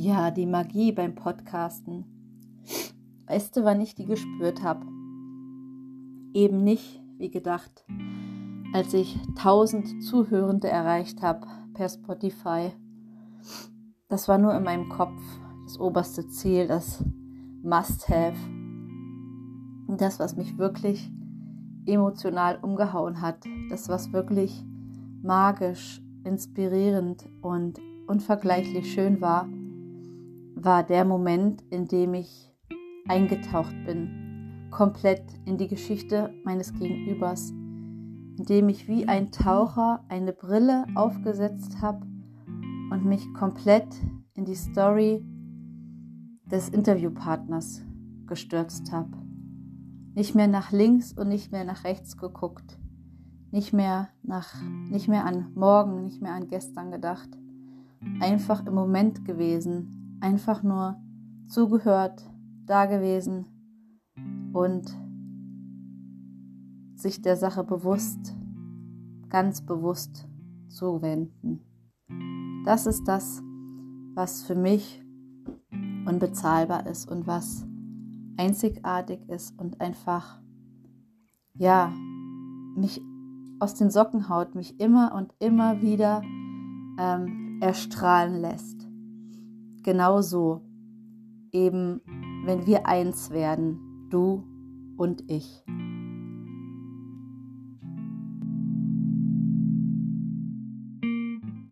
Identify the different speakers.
Speaker 1: Ja, die Magie beim Podcasten. Weißt du, wann ich die gespürt habe? Eben nicht, wie gedacht, als ich 1000 Zuhörende erreicht habe per Spotify. Das war nur in meinem Kopf das oberste Ziel, das Must-Have. Das, was mich wirklich emotional umgehauen hat. Das, was wirklich magisch, inspirierend und unvergleichlich schön war der Moment, in dem ich eingetaucht bin, komplett in die Geschichte meines Gegenübers, in dem ich wie ein Taucher eine Brille aufgesetzt habe und mich komplett in die Story des Interviewpartners gestürzt habe. Nicht mehr nach links und nicht mehr nach rechts geguckt, nicht mehr an morgen, nicht mehr an gestern gedacht, einfach im Moment gewesen, einfach nur zugehört, da gewesen und sich der Sache bewusst, ganz bewusst zuwenden. Das ist das, was für mich unbezahlbar ist und was einzigartig ist und einfach, mich aus den Socken haut, mich immer und immer wieder erstrahlen lässt. Genauso eben, wenn wir eins werden, du und ich.